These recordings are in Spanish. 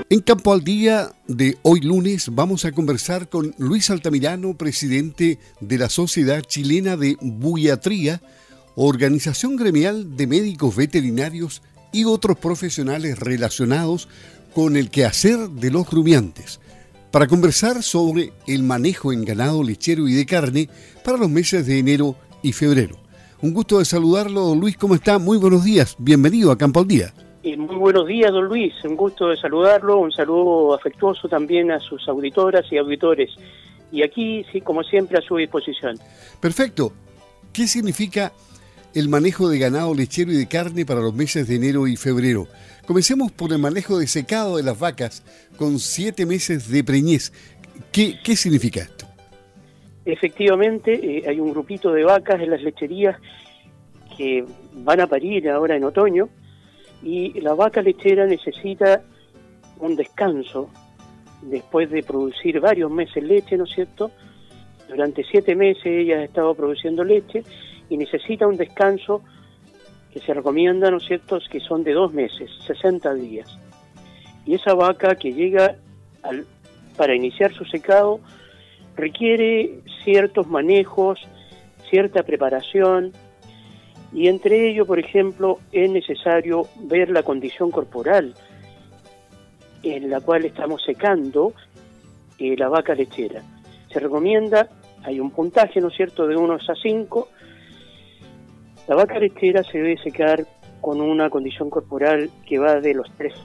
En Campo al Día de hoy lunes vamos a conversar con Luis Altamirano, presidente de la Sociedad Chilena de Buiatría, organización gremial de médicos veterinarios y otros profesionales relacionados con el quehacer de los rumiantes, para conversar sobre el manejo en ganado lechero y de carne para los meses de enero y febrero. Un gusto de saludarlo, don Luis, ¿cómo está? Muy buenos días, bienvenido a Campo al Día. Muy buenos días, don Luis, un gusto de saludarlo, un saludo afectuoso también a sus auditoras y auditores. Y aquí, sí, como siempre, a su disposición. Perfecto. ¿Qué significa el manejo de ganado lechero y de carne para los meses de enero y febrero? Comencemos por el manejo de secado de las vacas con 7 meses de preñez. ¿Qué significa esto? Efectivamente, hay un grupito de vacas en las lecherías que van a parir ahora en otoño, y la vaca lechera necesita un descanso después de producir varios meses leche, ¿no es cierto? Durante 7 meses ella ha estado produciendo leche y necesita un descanso que se recomienda, ¿no es cierto?, que son de 2 meses, 60 días. Y esa vaca que llega para iniciar su secado requiere ciertos manejos, cierta preparación, y entre ello, por ejemplo, es necesario ver la condición corporal en la cual estamos secando la vaca lechera. Se recomienda, hay un puntaje, ¿no es cierto?, de 1 a 5. La vaca lechera se debe secar con una condición corporal que va de los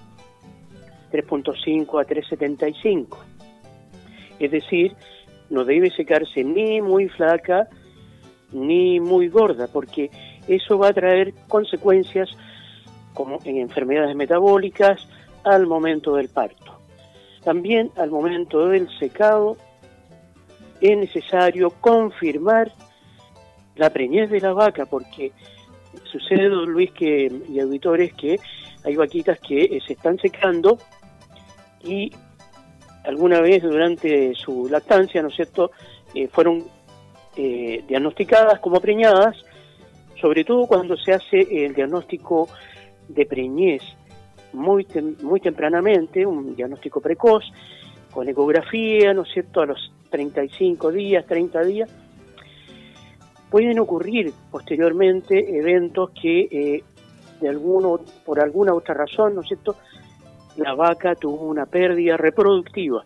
3.5 a 3.75. Es decir, no debe secarse ni muy flaca ni muy gorda, porque eso va a traer consecuencias como en enfermedades metabólicas al momento del parto. También al momento del secado es necesario confirmar la preñez de la vaca, porque sucede, don Luis, y auditores, que hay vaquitas que se están secando y alguna vez durante su lactancia, ¿no es cierto?, fueron diagnosticadas como preñadas, sobre todo cuando se hace el diagnóstico de preñez muy tempranamente, un diagnóstico precoz, con ecografía, ¿no es cierto?, a los 35 días, 30 días. Pueden ocurrir posteriormente eventos que por alguna otra razón, ¿no es cierto?, la vaca tuvo una pérdida reproductiva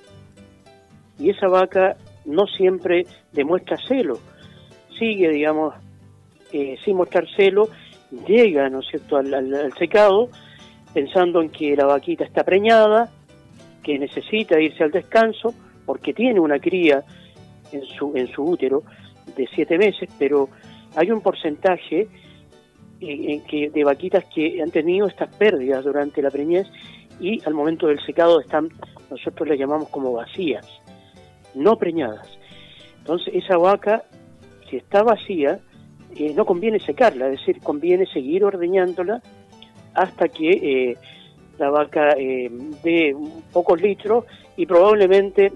y esa vaca no siempre demuestra celo, sigue, digamos, sin mostrar celo, llega, ¿no es cierto?, al secado pensando en que la vaquita está preñada, que necesita irse al descanso porque tiene una cría en su útero de 7 meses, pero hay un porcentaje de vaquitas que han tenido estas pérdidas durante la preñez y al momento del secado nosotros las llamamos como vacías, no preñadas. Entonces esa vaca, si está vacía, no conviene secarla, es decir, conviene seguir ordeñándola hasta que la vaca dé pocos litros y probablemente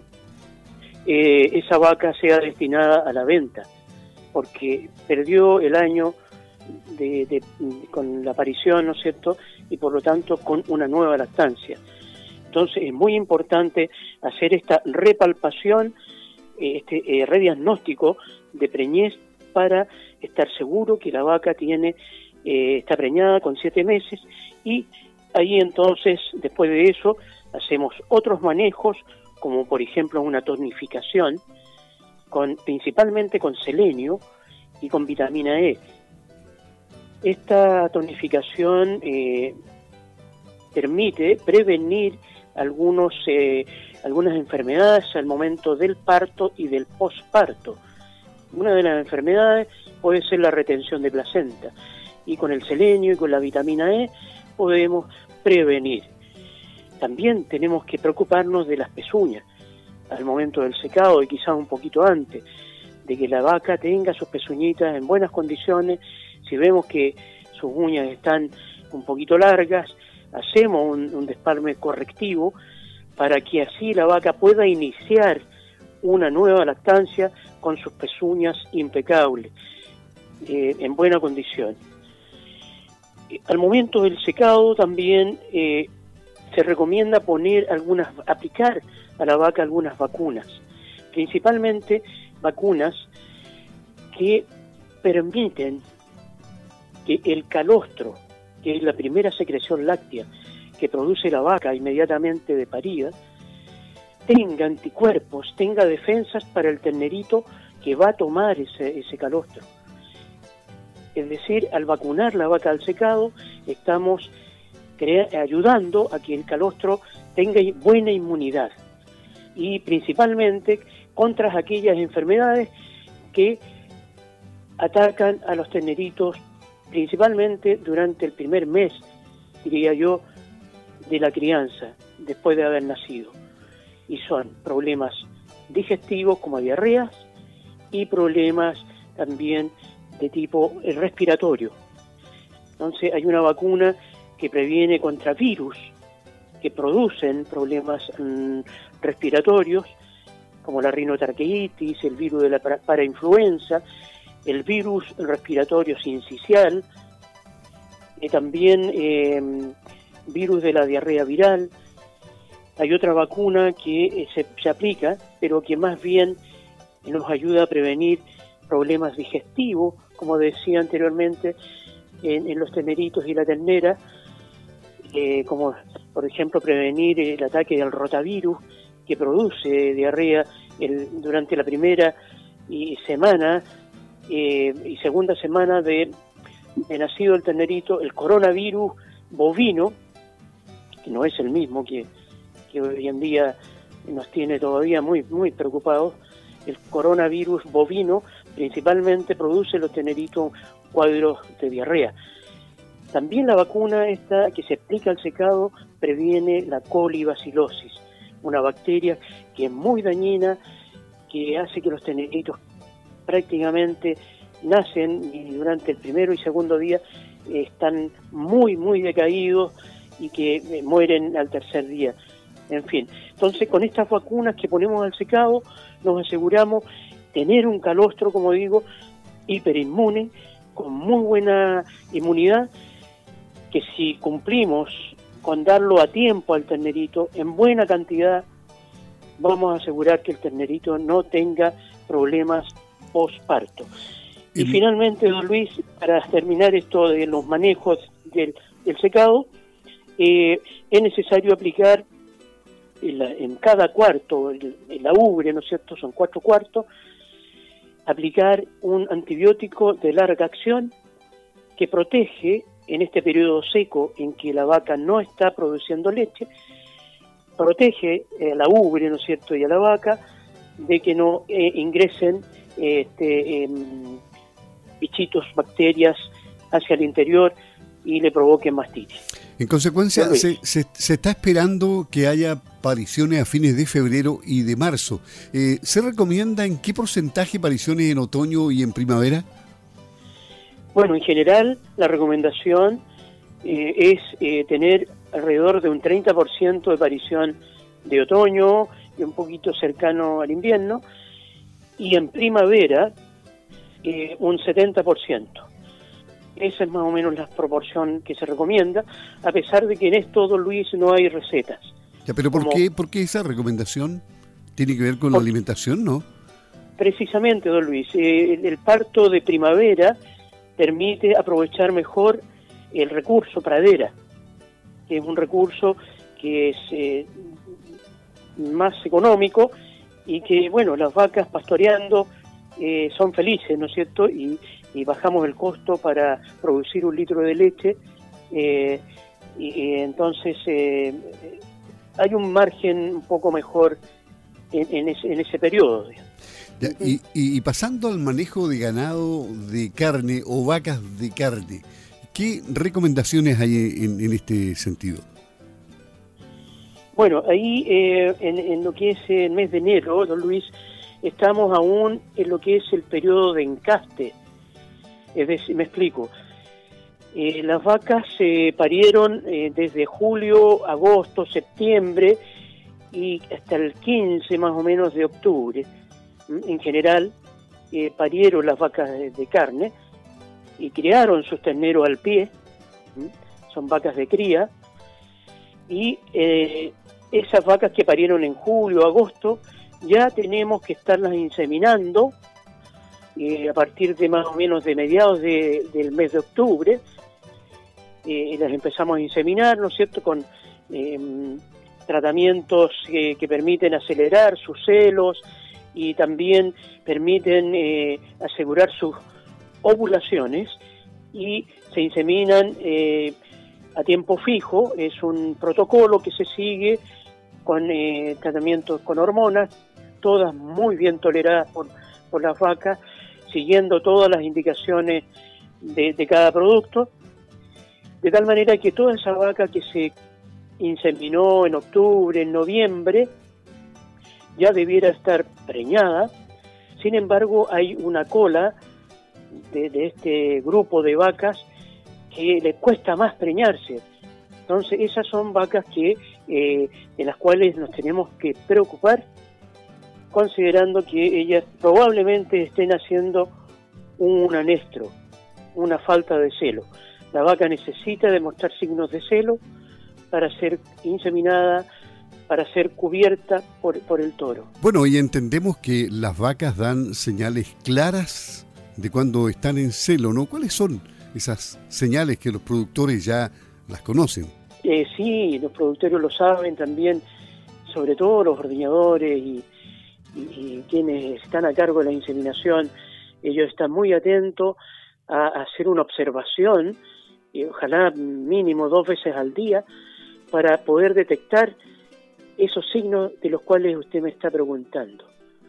esa vaca sea destinada a la venta, porque perdió el año con la aparición, ¿no es cierto?, y por lo tanto con una nueva lactancia. Entonces es muy importante hacer esta repalpación, rediagnóstico de preñez para estar seguro que la vaca está preñada con 7 meses, y ahí entonces, después de eso, hacemos otros manejos, como por ejemplo una tonificación, principalmente con selenio y con vitamina E. Esta tonificación permite prevenir algunas enfermedades al momento del parto y del posparto. Una de las enfermedades puede ser la retención de placenta, y con el selenio y con la vitamina E podemos prevenir. También tenemos que preocuparnos de las pezuñas al momento del secado y quizás un poquito antes, de que la vaca tenga sus pezuñitas en buenas condiciones. Si vemos que sus uñas están un poquito largas, hacemos un despalme correctivo para que así la vaca pueda iniciar una nueva lactancia con sus pezuñas impecables, en buena condición. Al momento del secado también se recomienda aplicar a la vaca algunas vacunas, principalmente vacunas que permiten que el calostro, que es la primera secreción láctea que produce la vaca inmediatamente de parida, tenga anticuerpos, tenga defensas para el ternerito que va a tomar ese calostro. Es decir, al vacunar la vaca al secado, estamos ayudando a que el calostro tenga buena inmunidad, y principalmente contra aquellas enfermedades que atacan a los terneritos, principalmente durante el primer mes, diría yo, de la crianza, después de haber nacido. Y son problemas digestivos como diarreas y problemas también de tipo respiratorio. Entonces hay una vacuna que previene contra virus que producen problemas respiratorios, como la rinotraqueitis, el virus de la parainfluenza, el virus respiratorio sincicial, y también virus de la diarrea viral. Hay otra vacuna que se aplica, pero que más bien nos ayuda a prevenir problemas digestivos, como decía anteriormente, en los terneritos y la ternera, como por ejemplo prevenir el ataque del rotavirus, que produce diarrea durante la primera semana y segunda semana de nacido el ternerito. El coronavirus bovino, que no es el mismo que hoy en día nos tiene todavía muy, muy preocupados. El coronavirus bovino principalmente produce los terneritos cuadros de diarrea. También la vacuna esta que se aplica al secado previene la colibacilosis, una bacteria que es muy dañina, que hace que los terneritos prácticamente nacen y durante el primero y segundo día están muy, muy decaídos y que mueren al tercer día. En fin, entonces con estas vacunas que ponemos al secado nos aseguramos tener un calostro, como digo, hiperinmune, con muy buena inmunidad, que si cumplimos con darlo a tiempo al ternerito en buena cantidad, vamos a asegurar que el ternerito no tenga problemas postparto. Y finalmente, don Luis, para terminar esto de los manejos del secado, es necesario aplicar en cada cuarto, en la ubre, ¿no es cierto?, son 4 cuartos, aplicar un antibiótico de larga acción que protege en este periodo seco en que la vaca no está produciendo leche, protege a la ubre, ¿no es cierto?, y a la vaca de que no ingresen bichitos, bacterias hacia el interior y le provoquen mastitis. En consecuencia, se está esperando que haya pariciones a fines de febrero y de marzo. ¿Se recomienda en qué porcentaje pariciones en otoño y en primavera? Bueno, en general la recomendación es tener alrededor de un 30% de parición de otoño y un poquito cercano al invierno, y en primavera un 70%. Esa es más o menos la proporción que se recomienda, a pesar de que en esto, don Luis, no hay recetas. Ya, pero ¿por qué esa recomendación? ¿Tiene que ver con la alimentación, no? Precisamente, don Luis, el parto de primavera permite aprovechar mejor el recurso pradera, que es un recurso que es más económico y que, bueno, las vacas pastoreando son felices, ¿no es cierto?, y bajamos el costo para producir 1 litro de leche, y entonces hay un margen un poco mejor en ese periodo. Ya, y pasando al manejo de ganado de carne o vacas de carne, ¿qué recomendaciones hay en este sentido? Bueno, ahí en lo que es el mes de enero, don Luis, estamos aún en lo que es el periodo de encaste. Es decir, me explico. Las vacas se parieron desde julio, agosto, septiembre y hasta el 15 más o menos de octubre. En general, parieron las vacas de carne y criaron sus terneros al pie. Son vacas de cría. y esas vacas que parieron en julio, agosto, ya tenemos que estarlas inseminando a partir de más o menos de mediados del mes de octubre. Las empezamos a inseminar, ¿no es cierto?, con tratamientos que permiten acelerar sus celos y también permiten asegurar sus ovulaciones, y se inseminan a tiempo fijo. Es un protocolo que se sigue con tratamientos con hormonas, todas muy bien toleradas por las vacas, siguiendo todas las indicaciones de cada producto, de tal manera que toda esa vaca que se inseminó en octubre, en noviembre, ya debiera estar preñada. Sin embargo, hay una cola de este grupo de vacas que les cuesta más preñarse. Entonces, esas son vacas de las cuales nos tenemos que preocupar, considerando que ellas probablemente estén haciendo un anestro, una falta de celo. La vaca necesita demostrar signos de celo para ser inseminada, para ser cubierta por el toro. Bueno, y entendemos que las vacas dan señales claras de cuando están en celo, ¿no? ¿Cuáles son esas señales que los productores ya las conocen? Sí, los productores lo saben también, sobre todo los ordeñadores y quienes están a cargo de la inseminación. Ellos están muy atentos a hacer una observación, y ojalá mínimo 2 veces al día, para poder detectar esos signos de los cuales usted me está preguntando.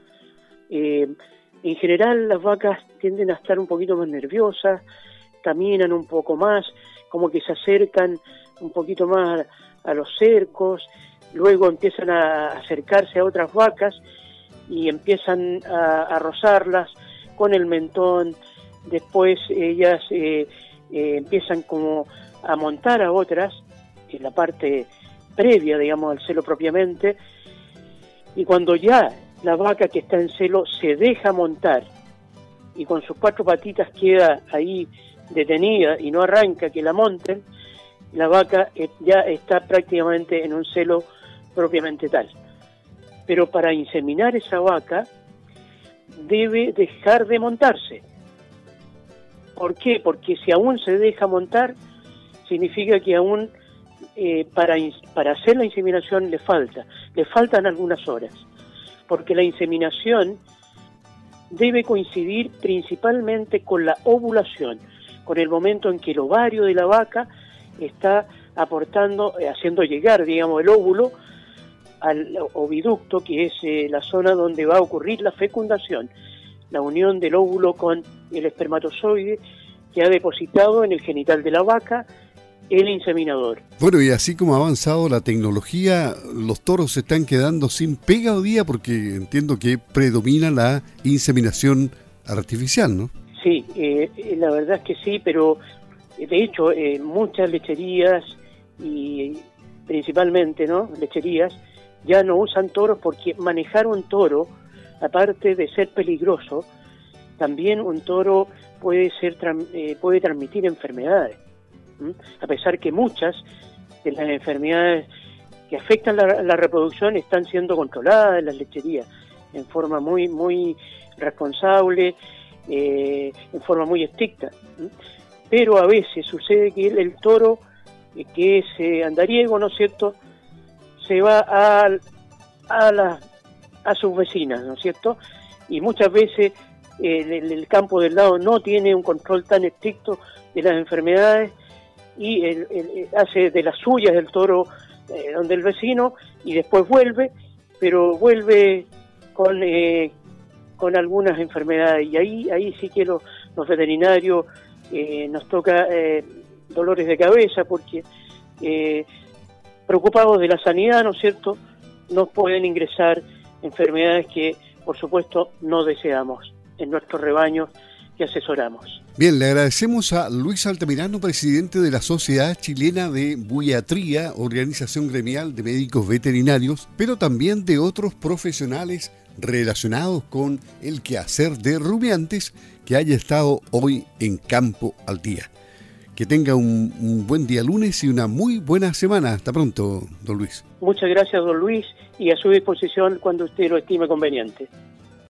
En general, las vacas tienden a estar un poquito más nerviosas, caminan un poco más, como que se acercan un poquito más a los cercos, luego empiezan a acercarse a otras vacas y empiezan a rozarlas con el mentón. Después ellas empiezan como a montar a otras en la parte previa, digamos, al celo propiamente, y cuando ya la vaca que está en celo se deja montar y con sus 4 patitas queda ahí detenida y no arranca que la monten, la vaca ya está prácticamente en un celo propiamente tal. Pero para inseminar esa vaca debe dejar de montarse. ¿Por qué? Porque si aún se deja montar, significa que aún para hacer la inseminación le faltan algunas horas, porque la inseminación debe coincidir principalmente con la ovulación, con el momento en que el ovario de la vaca está aportando, haciendo llegar, digamos, el óvulo al oviducto, que es la zona donde va a ocurrir la fecundación, la unión del óvulo con el espermatozoide que ha depositado en el genital de la vaca el inseminador. Bueno, y así como ha avanzado la tecnología, los toros se están quedando sin pega hoy día, porque entiendo que predomina la inseminación artificial, ¿no? Sí, la verdad es que sí, pero de hecho muchas lecherías y principalmente, ¿no?, lecherías ya no usan toros, porque manejar un toro, aparte de ser peligroso, también un toro puede transmitir enfermedades. A pesar que muchas de las enfermedades que afectan la reproducción están siendo controladas en las lecherías en forma muy, muy responsable, en forma muy estricta. Pero a veces sucede que el toro, que es andariego, ¿no es cierto?, se va a sus vecinas, ¿no es cierto? Y muchas veces el campo del lado no tiene un control tan estricto de las enfermedades y hace de las suyas el toro donde el vecino, y después vuelve, pero vuelve con algunas enfermedades, y ahí sí que los veterinarios nos toca dolores de cabeza, porque preocupados de la sanidad, ¿no es cierto?, nos pueden ingresar enfermedades que, por supuesto, no deseamos en nuestros rebaños que asesoramos. Bien, le agradecemos a Luis Altamirano, presidente de la Sociedad Chilena de Buiatría, organización gremial de médicos veterinarios, pero también de otros profesionales relacionados con el quehacer de rumiantes, que haya estado hoy en Campo al Día. Que tenga un buen día lunes y una muy buena semana. Hasta pronto, don Luis. Muchas gracias, don Luis, y a su disposición cuando usted lo estime conveniente.